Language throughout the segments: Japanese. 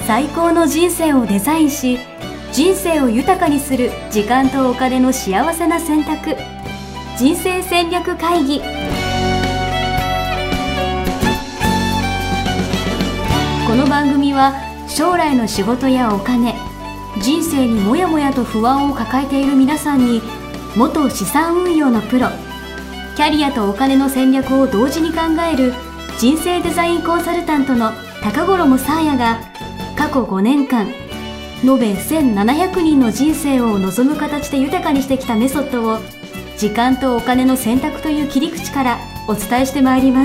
最高の人生をデザインし、人生を豊かにする時間とお金の幸せな選択。人生戦略会議。この番組は将来の仕事やお金、人生にもやもやと不安を抱えている皆さんに、元資産運用のプロ、キャリアとお金の戦略を同時に考える人生デザインコンサルタントの高頃もさあやが、過去5年間延べ1700人の人生を望む形で豊かにしてきたメソッドを、時間とお金の選択という切り口からお伝えしてまいります。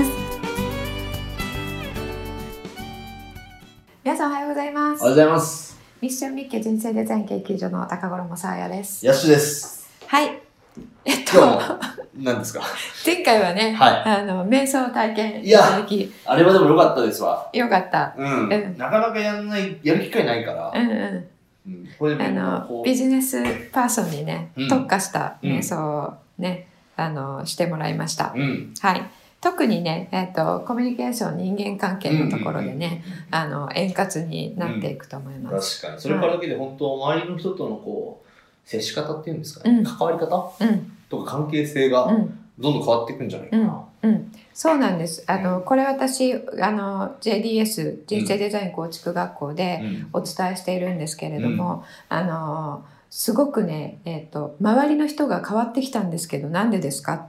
皆さんおはようございます。 おはようございます。 ミッションミッケ人生デザイン研究所の高頃もさあやです。 ヤッシュです。 はい。 何ですか？ 前回はね、瞑想体験いただき、 あれはでも良かったですわ。 よかった。 なかなかやる機会ないから。これビジネスパーソンにね、特化した瞑想をね、してもらいました。はい。特にね、コミュニケーション、人間関係のところでね、円滑になっていくと思います。 確かに。それからだけで本当、周りの人との接し方っていうんですかね、関わり方とか関係性がどんどん変わっていくんじゃないかな。 そうなんです。これ私、JDS、人生デザイン構築学校でお伝えしているんですけれども、すごくね、周りの人が変わってきたんですけど、なんでですかって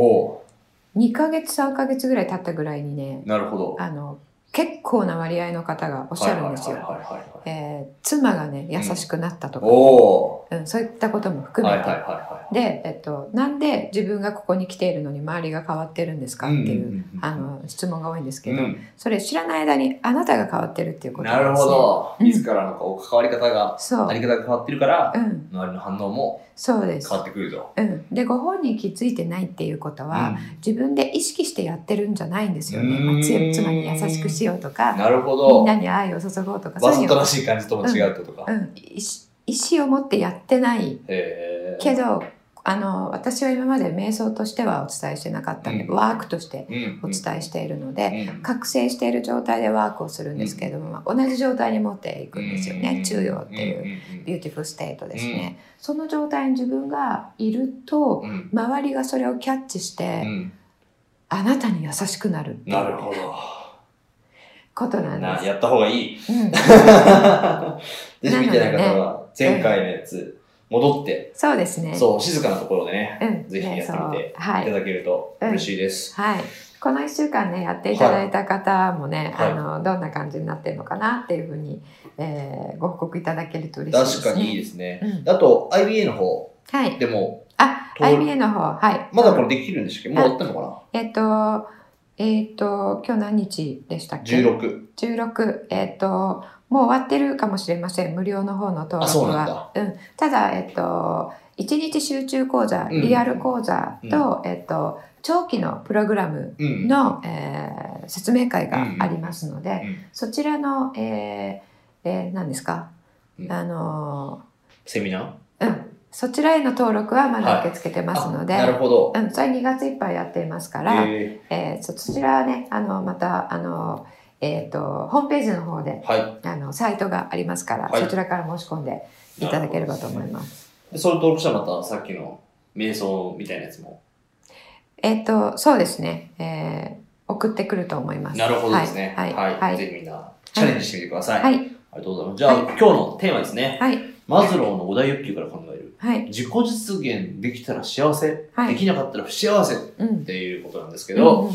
。2ヶ月3ヶ月ぐらい経ったぐらいにね、 なるほど。 結構な割合の方がおっしゃるんですよ。妻がね優しくなったとか、そういったことも含めて、で、なんで自分がここに来ているのに周りが変わってるんですかっていう質問が多いんですけど、それ知らない間にあなたが変わってるっていうことなんですね。 なるほど。自らの関わり方が、あり方が変わってるから、周りの反応もそうです。 変わってくると。 で、ご本人気づいてないっていうことは、自分で意識してやってるんじゃないんですよね。妻に優しくしようとか、 なるほど。 みんなに愛を注ごうとか、 わざとらしい感じとも違うってことか。 意思を持ってやってないけど、私は今まで瞑想としてはお伝えしてなかったので、ワークとしてお伝えしているので、覚醒している状態でワークをするんですけれども、同じ状態に持っていくんですよね。中庸っていうビューティフルステートですね。その状態に自分がいると、周りがそれをキャッチして、あなたに優しくなるっていう。 なるほど。 ことなんです。 やった方がいい。ぜひ見てない方は、前回のやつ、戻って、 そうですね。 そう、静かなところでね、ぜひやってみていただけると嬉しいです。 はい。この1週間ね、やっていただいた方もね、どんな感じになってるのかなっていうふうに、ご報告いただけると嬉しいですね。 確かにいいですね。あと、IBA の方でも、 IBA の方、はい。 まだこれできるんでしたっけ？もう終わったのかな？ 今日何日でしたっけ？16。もう終わってるかもしれません。無料の方の登録は。ただ、1日集中講座、リアル講座と、長期のプログラムの、説明会がありますので、そちらの、何ですか？ セミナー？そちらへの登録はまだ受け付けてますので、 なるほど。 それ2月いっぱいやっていますから、そちらはね、また、ホームページの方で、サイトがありますから、そちらから申し込んでいただければと思います。 それ登録したらまたさっきの瞑想みたいなやつもそうですね、送ってくると思います。 なるほどですね。ぜひみんなチャレンジしてみてください。ありがとうございます。じゃあ、今日のテーマですね。マズローの5大欲求から考える。自己実現できたら幸せ、できなかったら不幸せっていうことなんですけど、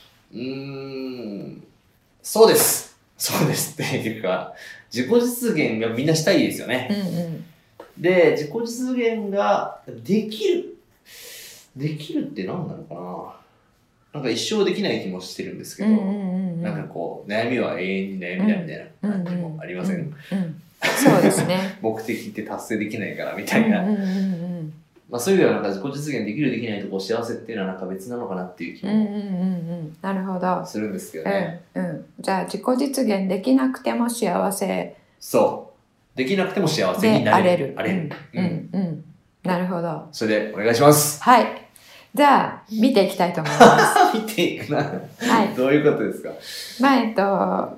そうです。そうですっていうか、自己実現がみんなしたいですよね。で、自己実現ができるって何なのかな？なんか一生できない気もしてるんですけど、なんか悩みは永遠に悩みだみたいな感じもありません？ そうですね。 目的って達成できないからみたいな。そういう意味ではなんか自己実現できるできないと幸せっていうのはなんか別なのかなっていう気もなるほどするんですけどね。 じゃあ自己実現できなくても幸せ。 そう。できなくても幸せになれる。 なるほど。 それでお願いします。 はい。じゃあ見ていきたいと思います。 見ていくな。どういうことですか？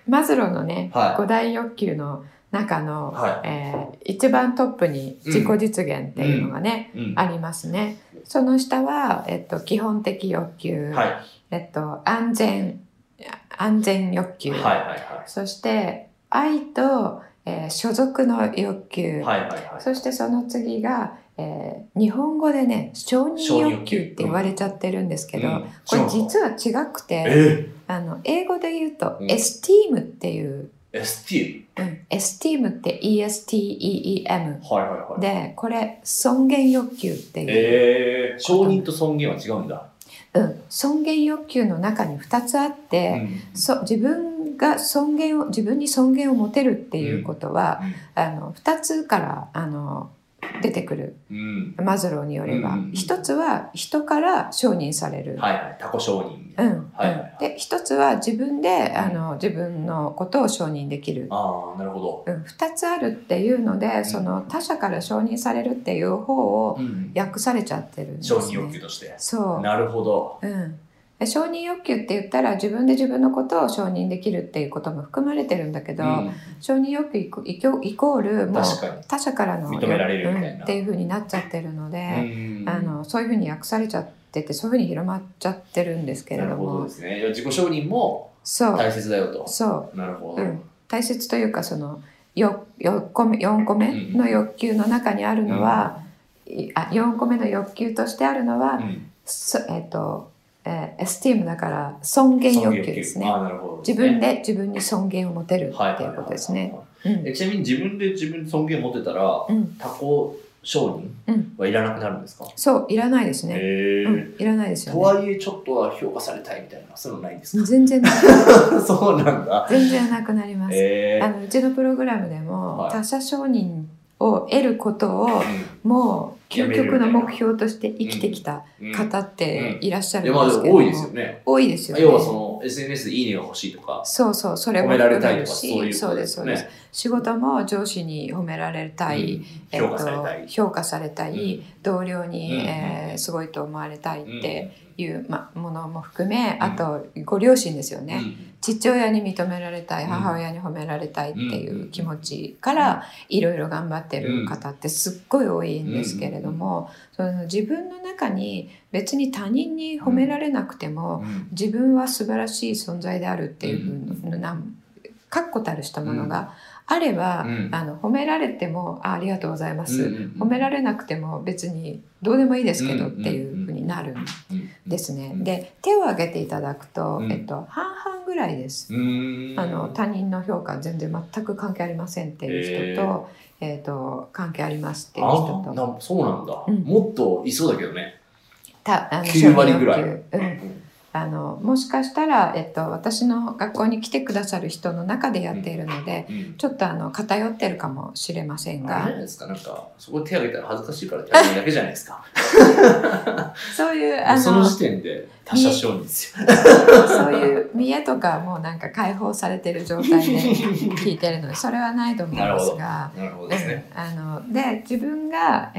マズローのね、 はい、 5大欲求の中の、 はい、 一番トップに自己実現っていうのがね、ありますね。その下は、基本的欲求、 はい、 安全欲求、 はいはいはい、 そして愛と、所属の欲求、 はいはいはい、 そしてその次が、日本語でね承認欲求って言われちゃってるんですけど、これ実は違くて、英語で言うと、エスティームっていうエスティームって ESTEEM、 はいはいはい、 でこれ尊厳欲求っていう、 承認と尊厳は違うんだ。 尊厳欲求の中に2つあって、自分が自分に尊厳を持てるっていうことは、2つから出てくる、マズローによれば、一つは人から承認される、 はいはい、他己承認みたいな、 で一つは自分で自分のことを承認できる。 ああ、なるほど。 2つあるっていうので、その他者から承認されるっていう方を訳されちゃってるんですね。 承認欲求として。 そう。 なるほど。 承認欲求って言ったら自分で自分のことを承認できるっていうことも含まれてるんだけど、承認欲求イコールもう他者からの認められるみたいな、 っていう風になっちゃってるので、そういう風に訳されちゃってて、そういう風に広まっちゃってるんですけれども。 なるほどですね。自己承認も大切だよと。 そう。 なるほど。 大切というか、その4個目の欲求の中にあるのは、4個目の欲求としてあるのは、エスティームだから尊厳欲求ですね。自分で自分に尊厳を持てるっていうことですね。 ちなみに自分で自分に尊厳を持てたら、他己承認はいらなくなるんですか？ そう、いらないですね。いらないですよね。 とはいえちょっとは評価されたいみたいな、そういうのないんですか？ 全然ない。 そうなんだ。 全然なくなります。うちのプログラムでも、他者承認を得ることをもう究極の目標として生きてきた方っていらっしゃるんですけども、 多いですよね。 多いですよね。 要はその SNS でいいねが欲しいとか、 そうそう、それも褒められたいとか、そういうそうですそうです。仕事も上司に褒められたい、評価されたい、同僚にすごいと思われたいっていうものも含め、あとご両親ですよね。父親に認められたい、母親に褒められたいっていう気持ちからいろいろ頑張ってる方ってすっごい多いんですけれども、その自分の中に別に他人に褒められなくても自分は素晴らしい存在であるっていうふうな確固たるしたものがあれば、褒められても ありがとうございます、褒められなくても別にどうでもいいですけどっていうふうになるんですね。で、手を挙げていただくと、半々ぐらいです。他人の評価全然全く関係ありませんっていう人と、関係ありますっていう人と。 そうなんだ、もっといそうだけどね。 9割ぐらい。もしかしたら、私の学校に来てくださる人の中でやっているので、ちょっと偏ってるかもしれませんが。 あれじゃないですか、なんかそこ手挙げたら恥ずかしいから手挙げるだけじゃないですか。 そういうその時点で他者承認ですよ。 そういう見栄とかもなんか解放されてる状態で聞いてるので、それはないと思うんですが。 なるほどですね。 で、自分が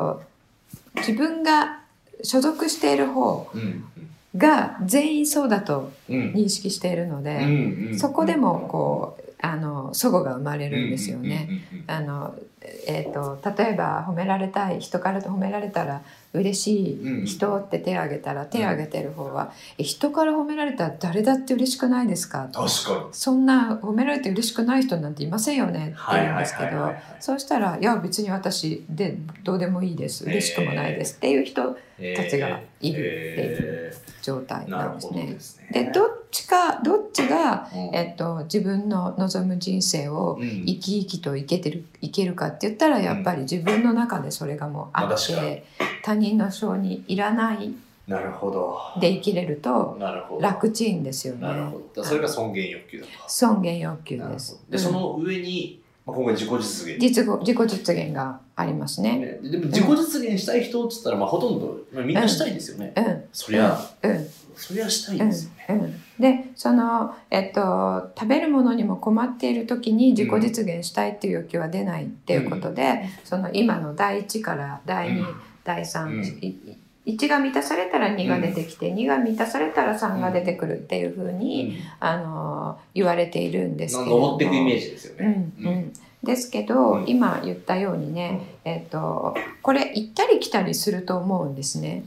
所属している方が全員そうだと認識しているので、そこでもこう齟齬が生まれるんですよね。例えば褒められたい人から褒められたら嬉しい人って手を挙げたら、手を挙げてる方は人から褒められたら誰だって嬉しくないですか？ 確かに。 そんな褒められて嬉しくない人なんていませんよねって言うんですけど、そうしたらいや別に私でどうでもいいです、嬉しくもないですっていう人たちがいるっていう状態なんですね。で、どっちが、自分の望む人生を生き生きといけるかって言ったら、やっぱり自分の中でそれがもうあって、他人の承認いらないで生きれると楽ちんですよね。 なるほど。それが尊厳欲求だと。 尊厳欲求です。 で、その上に今回自己実現。 自己実現がありますね。 でも自己実現したい人って言ったら、ほとんどみんなしたいですよね。そりゃしたいですよね。 で、食べるものにも困っている時に自己実現したいっていう欲求は出ないっていうことで、その今の第1から第2、第3 1が満たされたら2が出てきて、2が満たされたら3が出てくるっていうふうに、言われているんですけれども。 登っていくイメージですよね。 ですけど、今言ったようにね、これ行ったり来たりすると思うんですね。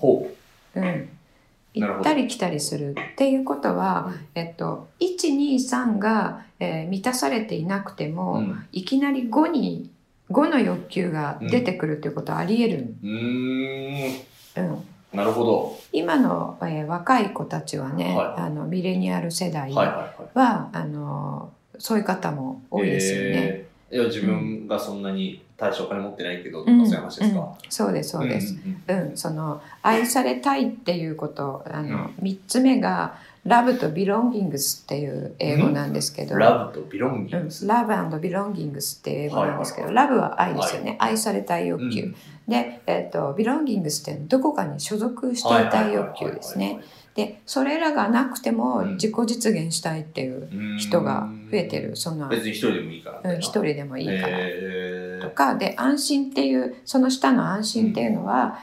行ったり来たりするっていうことは、1、2、3が、満たされていなくても、いきなり5の欲求が出てくるっていうことはあり得る。 なるほど。 今の、若い子たちはね、ミレニアル世代は、そういう方も多いですよね。 自分がそんなに大してお金持ってないけどとか、そういう話ですか？ そうです、そうです。その愛されたいっていうこと、3つ目がラブとビロンギングスっていう英語なんですけど、 ラブとビロンギングス、 ラブ&ビロンギングスっていう英語なんですけど、ラブは愛ですよね。愛されたい欲求。で、ビロンギングスってどこかに所属していたい欲求ですね。で、それらがなくても自己実現したいっていう人が増えてる。そんな別に一人でもいいから。 一人でもいいから。とか、で、安心っていう、その下の安心っていうのは、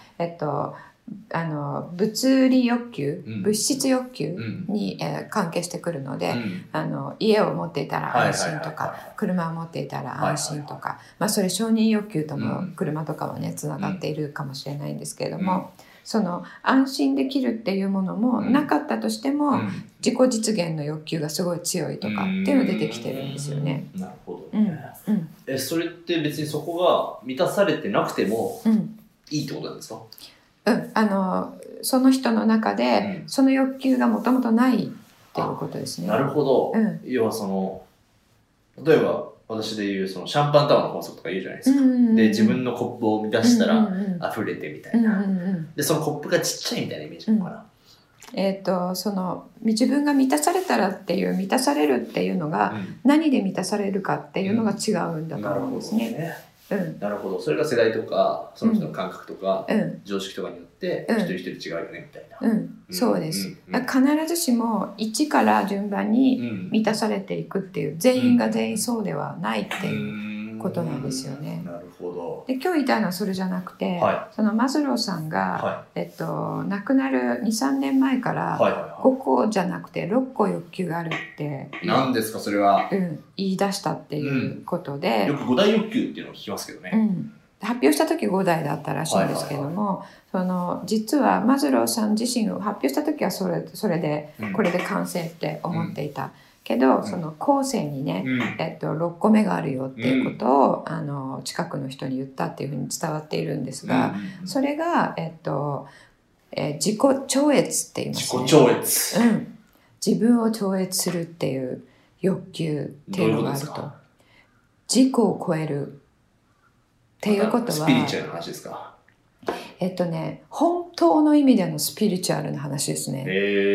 物理欲求、物質欲求に、関係してくるので、家を持っていたら安心とか、車を持っていたら安心とか、それ承認欲求とも車とかはね、つながっているかもしれないんですけれども、その安心できるっていうものもなかったとしても、自己実現の欲求がすごい強いとかっていうのが出てきてるんですよね。 なるほどね。それって別にそこが満たされてなくてもいいってことなんですか？ その人の中でその欲求がもともとないっていうことですね。 なるほど。要はその例えば私でいうそのシャンパンタワーの法則とか言うじゃないですか。で、自分のコップを満たしたら溢れてみたいな。で、そのコップがちっちゃいみたいなイメージなのかな。 その自分が満たされたらっていう満たされるっていうのが、何で満たされるかっていうのが違うんだと思うんですね。 なるほど。それが世代とかその人の感覚とか、常識とかによって一人一人違うよねみたいな。 そうです。必ずしも1から順番に満たされていくっていう、全員が全員そうではないっていうことなんですよね。 なるほど。 で、今日言いたいのはそれじゃなくて、そのマズローさんが、亡くなる 2,3 年前から5個じゃなくて6個欲求があるって何ですかそれは、 言い出したっていうことで、 よく5大欲求っていうのを聞きますけどね。 発表した時5代だったらしいんですけども、実はマズローさん自身を発表した時はそれで、これで完成って思っていた。けど、その後世にね、6個目があるよっていうことを、近くの人に言ったっていうふうに伝わっているんですが、それが、自己超越って言いますね。 自己超越。 自分を超越するっていう欲求っていうのがあると。自己を超えるっていうことは、 スピリチュアルな話ですか？ 本当の意味でのスピリチュアルな話ですね。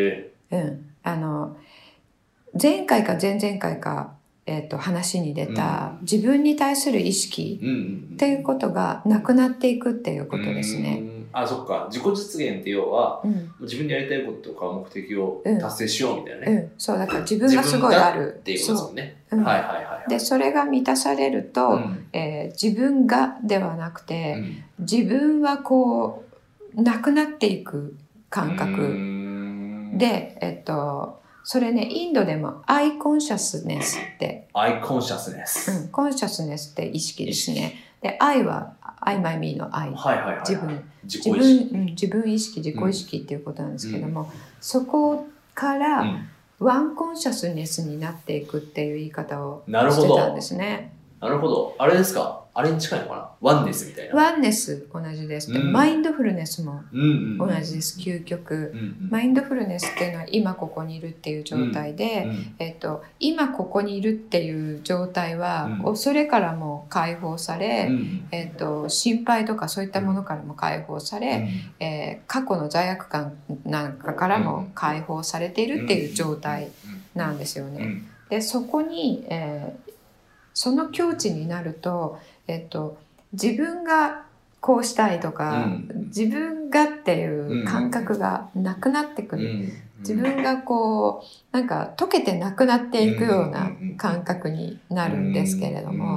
前回か前々回か、話に出た、自分に対する意識っていうことがなくなっていくっていうことですね。 そっか。自己実現って要は、自分でやりたいこととか目的を達成しようみたいなね。 そう、だから自分がすごいあるっていうことですよね。 で、それが満たされると、自分がではなくて、自分はこうなくなっていく感覚で、それね、インドでもアイコンシャスネスって。 アイコンシャスネス。 コンシャスネスって意識ですね。で、愛は、I, my, me の愛。自分意識、自己意識っていうことなんですけども、そこから、ワンコンシャスネスになっていくっていう言い方をしてたんですね。 なるほど。あれですか？あれに近いのかな？ワンネスみたいな。 ワンネス同じです。マインドフルネスも同じです。究極。マインドフルネスっていうのは今ここにいるっていう状態で、今ここにいるっていう状態は恐れからも解放され、心配とかそういったものからも解放され、過去の罪悪感なんかからも解放されているっていう状態なんですよね。で、そこに、その境地になると、自分がこうしたいとか、自分がっていう感覚がなくなってくる。自分がこうなんか溶けてなくなっていくような感覚になるんですけれども、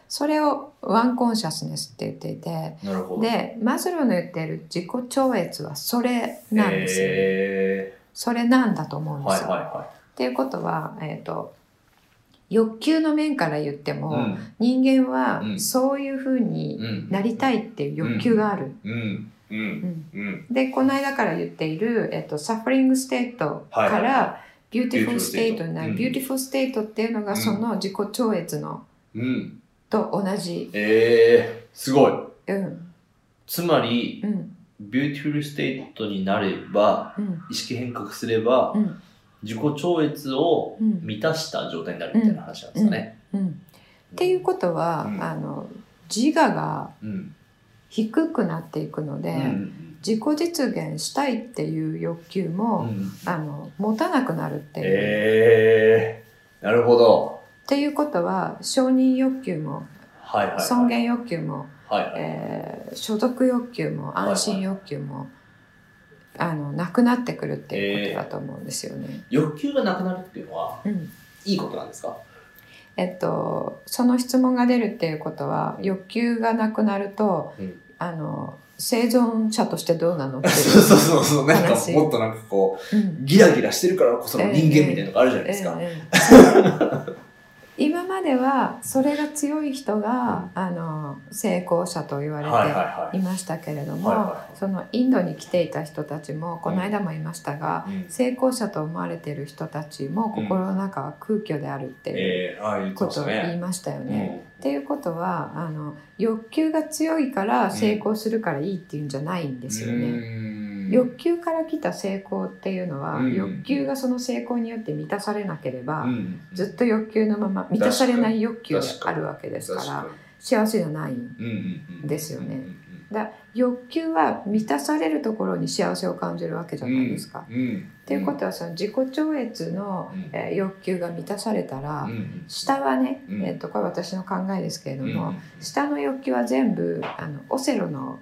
それをワンコンシャスネスって言っていて、でマズローの言っている自己超越はそれなんですよね。それなんだと思うんですよ。っていうことは、欲求の面から言っても、人間はそういうふうになりたいっていう欲求がある。でこの間から言っている、サファリングステートからビューティフルステートになる。ビューティフルステートっていうのがその自己超越の、と同じ。 すごい。つまり、ビューティフルステートになれば、意識変革すれば、自己超越を満たした状態になるみたいな話なんですかね。 っていうことは、自我が低くなっていくので、自己実現したいっていう欲求も、持たなくなるっていう。 なるほど。 っていうことは承認欲求も、尊厳欲求も、所属欲求も安心欲求も、なくなってくるっていうことだと思うんですよね。 欲求がなくなるっていうのは、いいことなんですか？ その質問が出るっていうことは、欲求がなくなると、生存者としてどうなのっていうそうなんかもっとなんかこう、ギラギラしてるからこその人間みたいなのがあるじゃないですか。 今まではそれが強い人が、成功者と言われていましたけれども、そのインドに来ていた人たちもこの間も言いましたが、成功者と思われている人たちも心の中は空虚であるっていうことを言いましたよね。っていうことは欲求が強いから成功するからいいっていうんじゃないんですよね。欲求から来た成功っていうのは、欲求がその成功によって満たされなければ、ずっと欲求のまま満たされない欲求であるわけですから幸せじゃないんですよね。だ欲求は満たされるところに幸せを感じるわけじゃないですか。っていうことはその自己超越の、欲求が満たされたら、下はね、これ私の考えですけれども、下の欲求は全部オセロの、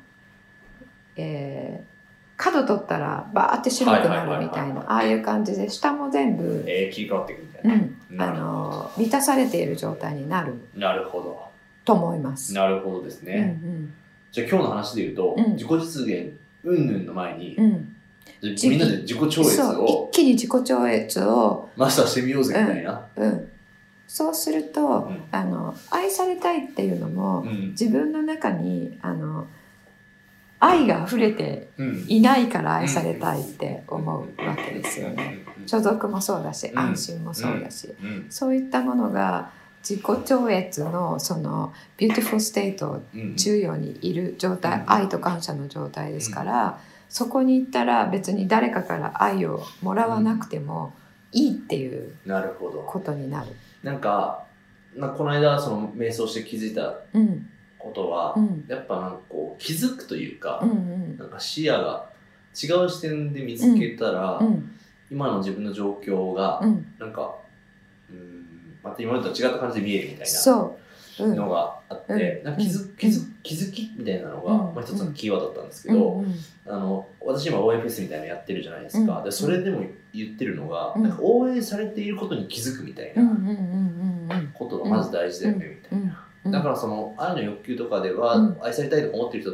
角取ったらバーって白くなるみたいな、ああいう感じで下も全部、 切り替わっていくみたいな、 満たされている状態になると思います。 なるほどですね。じゃあ今日の話で言うと、自己実現云々の前に、みんなで自己超越を一気に自己超越をマスターしてみようぜみたいな。 そうすると、愛されたいっていうのも、自分の中に愛が溢れていないから愛されたいって思うわけですよね。所属もそうだし、安心もそうだし、そういったものが自己超越のそのビューティフルステート中央にいる状態、愛と感謝の状態ですから、そこに行ったら別に誰かから愛をもらわなくてもいいっていうことになる。 なんかこの間その瞑想して気づいたことは、やっぱなんかこう気づくというか、なんか視野が違う視点で見つけたら、今の自分の状況がなんか、また今までと違った感じで見えるみたいなのがあって、なんか気づきみたいなのが、一つのキーワードだったんですけど、私今 OFS みたいなのやってるじゃないですか。でそれでも言ってるのが、なんか応援されていることに気づくみたいなことがまず大事だよねみたいな。だからその愛の欲求とかでは愛されたいと思っている人って、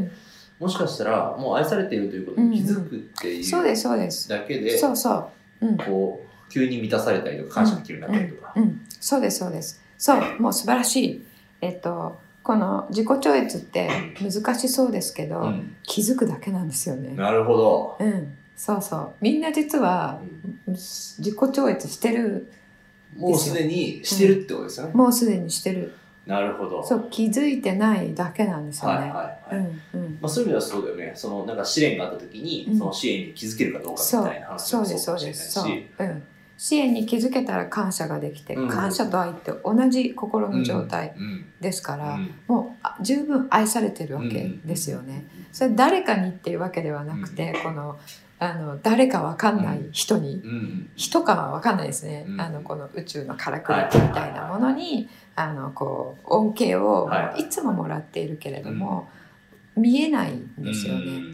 もしかしたらもう愛されているということに気づくっていうだけで、こう急に満たされたりとか感謝できるようになったりとか。 そうですそうです。そう、もう素晴らしい。この自己超越って難しそうですけど、気づくだけなんですよね。 なるほど。 そうそう。みんな実は自己超越してる。 もうすでにしてるってことですよね。 もうすでにしてる。 なるほど。 そう、気づいてないだけなんですよね。 そういう意味ではそうだよね。そのなんか試練があった時に、その試練に気づけるかどうかみたいな話もそうかもしれないし。 支援に気づけたら感謝ができて、感謝と愛って同じ心の状態ですから、もう十分愛されてるわけですよね。それ誰かにっていうわけではなくて、この誰かわかんない人に、人かはわかんないですね。この宇宙のからくりみたいなものにこう恩恵をいつももらっているけれども、見えないんですよね。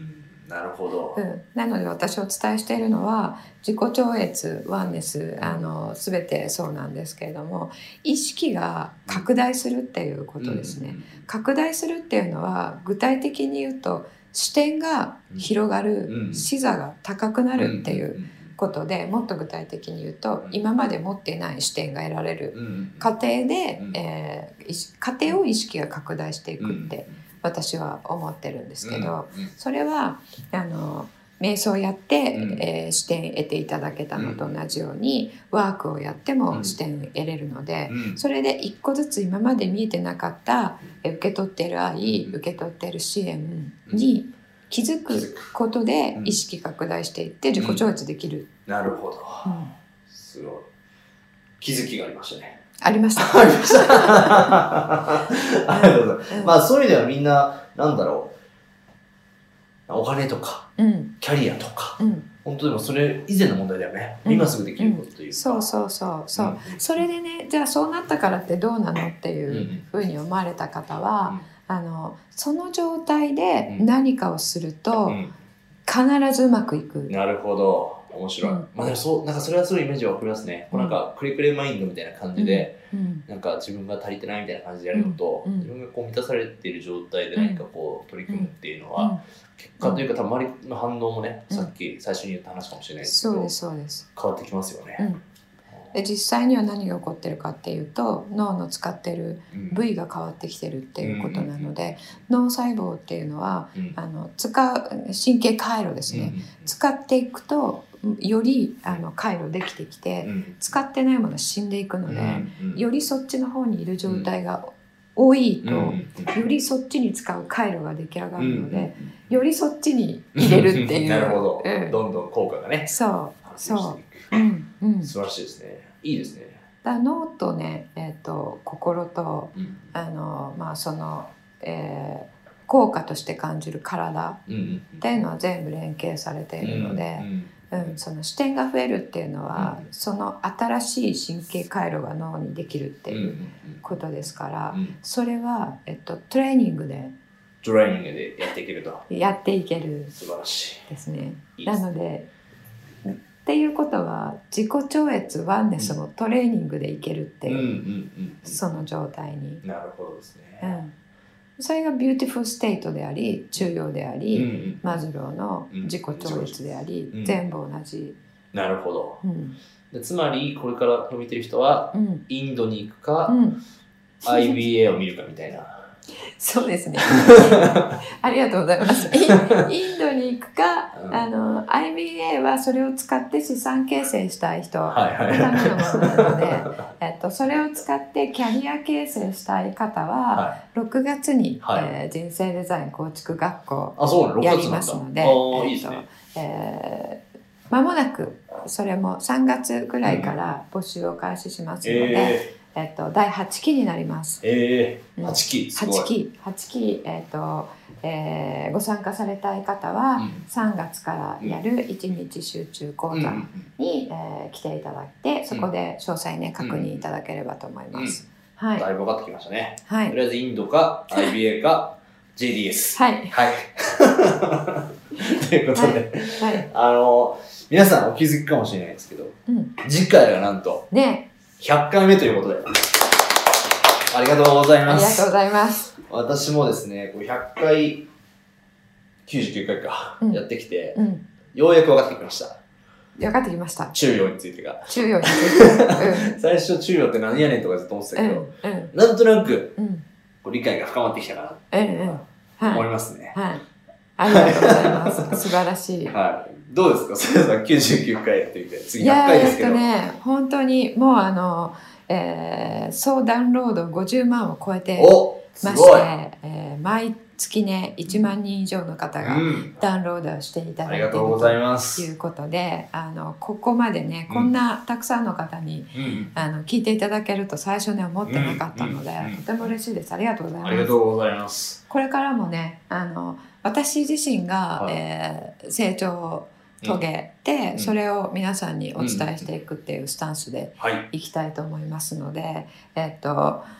なるほど、 なので私お伝えしているのは自己超越ワンネス全てそうなんですけれども、意識が拡大するっていうことですね。拡大するっていうのは具体的に言うと視点が広がる、視座が高くなるっていうことで、もっと具体的に言うと今まで持っていない視点が得られる過程で、過程を意識が拡大していくって私は思ってるんですけど、それは瞑想やって、視点得ていただけたのと同じように、ワークをやっても視点得れるので、それで一個ずつ今まで見えてなかった受け取っている愛、受け取っている支援に気づくことで意識拡大していって自己超越できる。 なるほど、すごい気づきがありましたね。 ありました。 ありました。ありがとうございます。まあそういう意味ではみんななんだろう、お金とか、キャリアとか、本当でもそれ以前の問題だよね。今すぐできることというか。 そう。それでね、じゃあそうなったからってどうなのっていうふうに思われた方は、その状態で何かをすると必ずうまくいく。 なるほど。面白い。まあでもなんかそれはすごいイメージわかりますね。なんかクレクレマインドみたいな感じで、なんか自分が足りてないみたいな感じでやるのと、自分がこう満たされている状態で何かこう取り組むっていうのは、結果というかたまりの反応もね、さっき最初に言った話かもしれないですけど、 そうです。 変わってきますよね。 で実際には何が起こってるかっていうと、脳の使ってる部位が変わってきてるっていうことなので、脳細胞っていうのは、使う神経回路ですね、使っていくとより回路できてきて、使ってないものは死んでいくので、よりそっちの方にいる状態が多いと、よりそっちに使う回路が出来上がるので、よりそっちに入れるっていうなるほど、どんどん効果がね、 そう素晴らしいですね。いいですね。 だ脳とね、心と、その、効果として感じる体っていうのは全部連携されているので、その視点が増えるっていうのは、その新しい神経回路が脳にできるっていうことですから、それは、トレーニングでやっていけると。 やっていける。 素晴らしいですね。なのでっていうことは自己超越ワンネスもトレーニングでいけるっていうその状態に。 なるほどですね。 それがビューティフルステートであり、中庸であり、マズローの自己超越であり、全部同じ。 なるほど。でつまりこれから見てる人は、インドに行くか、IBA を見るかみたいな。 そうですね。ありがとうございます。インドに行くか、IBA はそれを使って資産形成したい人のためのものなので、それを使ってキャリア形成したい方は、6月に、人生デザイン構築学校やりますので、間もなくそれも3月ぐらいから募集を開始しますので、第8期になります。 8期すごい。 8期、ご参加されたい方は、3月からやる1日集中講座に、来ていただいて、そこで詳細ね確認いただければと思います。 だいぶ分かってきましたね。とりあえずインドか IBA か JDS。ということで、皆さんお気づきかもしれないですけど、次回はなんと100回目ということで、ありがとうございます。 ありがとうございます。 私もですね、100回、99回か、やってきて、ようやく分かってきました。 分かってきました。 中庸についてが。 中庸について。 最初中庸って何やねんとかずっと思ってたけど、なんとなく、理解が深まってきたかなと思いますね。 ありがとうございます。素晴らしい。 どうですか、それさん99回やってみて、次100回ですけど。 本当にもう総ダウンロード50万を超えてまして、毎月ね1万人以上の方がダウンロードしていただいているということで、ここまでねこんなたくさんの方に聞いていただけると最初ね思ってなかったので、とても嬉しいです。ありがとうございます。 ありがとうございます。 これからもね私自身が、成長を遂げて、それを皆さんにお伝えしていくっていうスタンスでいきたいと思いますので、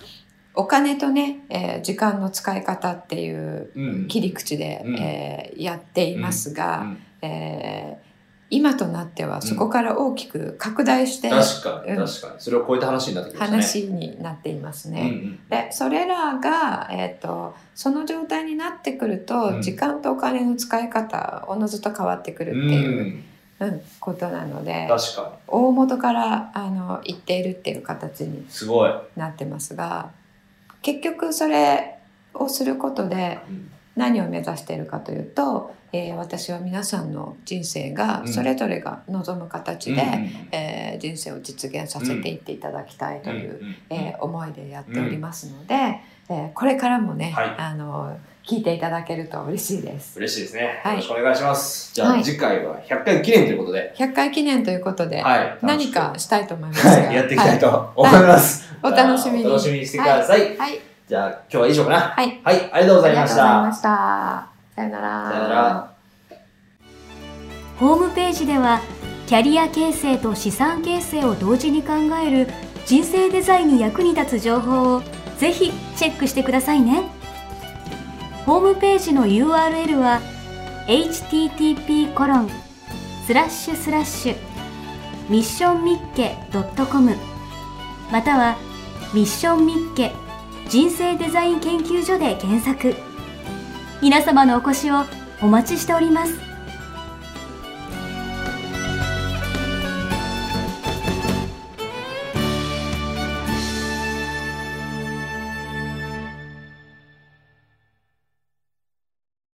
お金とね、時間の使い方っていう切り口で、やっていますが、今となってはそこから大きく拡大して、 確かにそれを超えた話になってきましたね。 話になっていますね。でそれらが、その状態になってくると、時間とお金の使い方おのずと変わってくるっていうことなので、 確かに大元から言っているっていう形になってますが、結局それをすることで何を目指しているかというと、私は皆さんの人生がそれぞれが望む形で、人生を実現させていっていただきたいという、思いでやっておりますので、これからもね、聞いていただけると嬉しいです。 嬉しいですね。よろしくお願いします。じゃあ次回は100回記念ということで。 100回記念ということで、何かしたいと思いますが、 やっていきたいと思います。 お楽しみに。 お楽しみにしてください。じゃあ今日は以上かな。はい、ありがとうございました。 さよなら。 さよなら。 ホームページではキャリア形成と資産形成を同時に考える人生デザインに役に立つ情報をぜひチェックしてくださいね。ホームページの URL は http://missionmicke.com またはミッションミッケ人生デザイン研究所で検索。皆様のお越しをお待ちしております。